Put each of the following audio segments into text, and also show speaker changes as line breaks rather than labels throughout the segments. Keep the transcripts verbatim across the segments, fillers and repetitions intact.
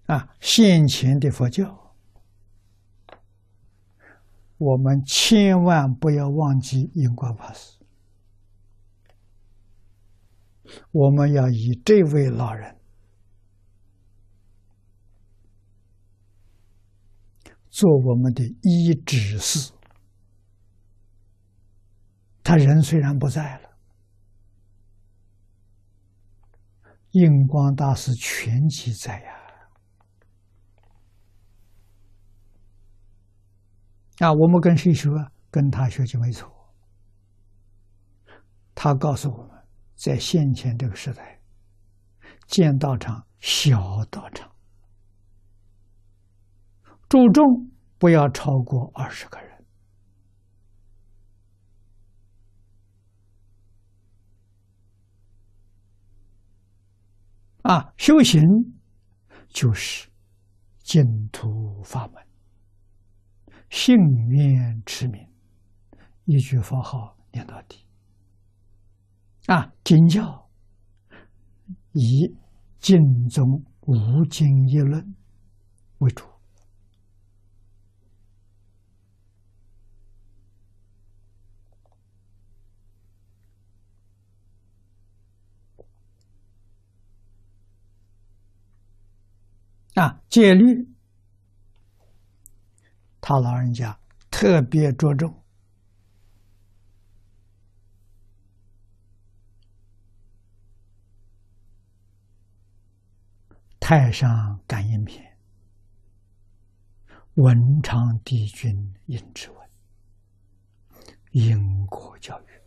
啊，现前的佛教，我们千万不要忘记印光法师。我们要以这位老人做我们的依止师。他人虽然不在了，印光大师全记在呀。啊，我们跟谁学？跟他学就没错。他告诉我们，在现前这个时代，建道场小道场，注重不要超过二十个人。啊，修行就是净土法门，信愿持名，一句佛号念到底。啊，经教以净宗无经一论为主。啊，戒律，他老人家特别着重太上感应篇，文昌帝君应之文，因果教育。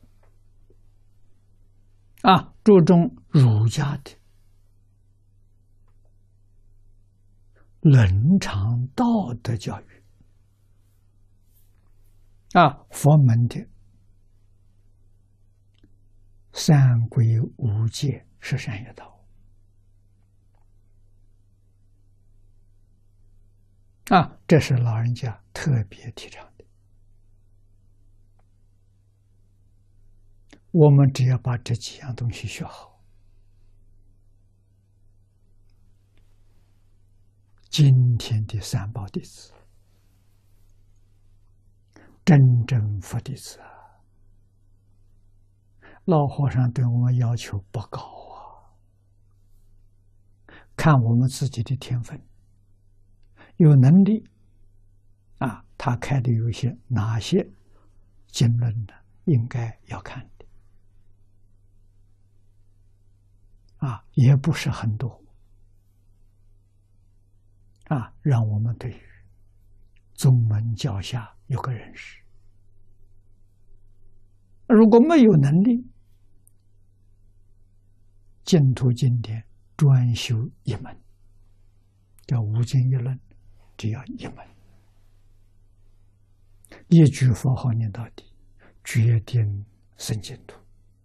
啊，注重儒家的伦常道德教育。啊，佛门的三归五戒十善业道。啊，这是老人家特别提倡的。我们只要把这几样东西学好，今天的三宝弟子，真正佛弟子啊，老和尚对我们要求不高啊，看我们自己的天分，有能力啊，他开的有些哪些经论呢，应该要看的啊，也不是很多啊，让我们对于宗门教下有个认识。如果没有能力，净土经典专修一门，叫无经一论，只要一门，一句佛号念到底，决定生净土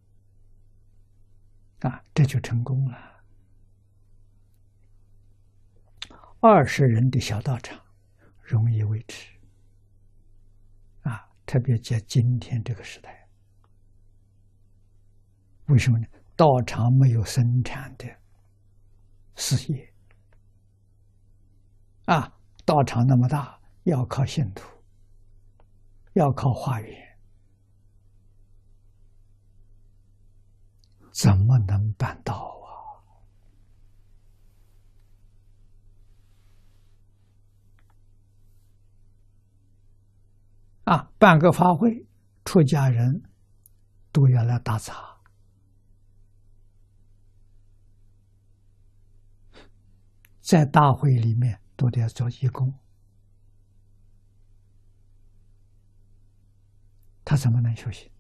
啊，这就成功了。二十人的小道场容易维持啊，特别在今天这个时代，为什么呢？道场没有生产的事业啊，道场那么大，要靠信徒，要靠化缘，怎么能办到啊？啊，办个法会，出家人都要来打杂，在大会里面都得要做义工，他怎么能修行？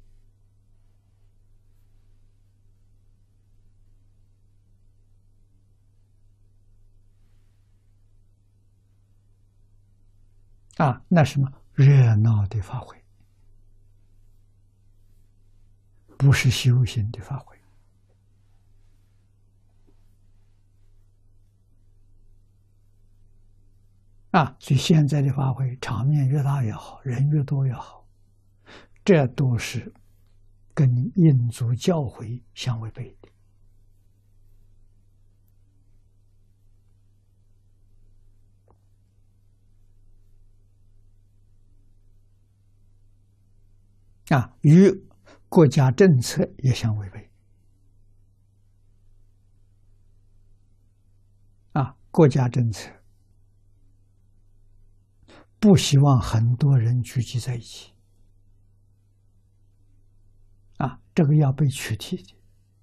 啊，那什么热闹的法会，不是修行的法会。啊，所以现在的法会场面越大越好，人越多越好，这都是跟印祖教诲相违背的。 啊，与国家政策也相违背。啊，国家政策不希望很多人聚集在一起。啊，这个要被取缔的。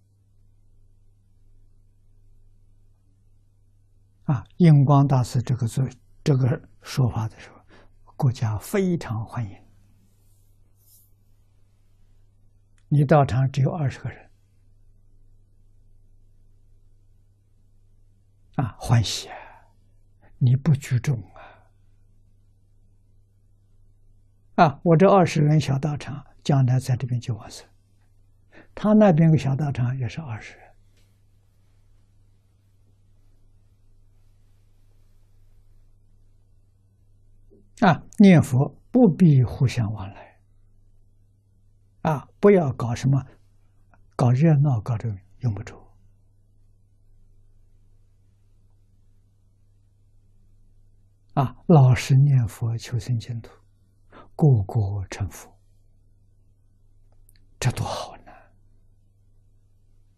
啊，印光大师这个做这个说法的时候，国家非常欢迎。你道场只有二十个人，啊，欢喜啊！你不聚众啊！啊，我这二十人小道场，将来在这边就完事。他那边个小道场也是二十人。啊，念佛不必互相往来。啊，不要搞什么，搞热闹，搞这个用不着。啊，老实念佛，求生净土，个个成佛，这多好呢！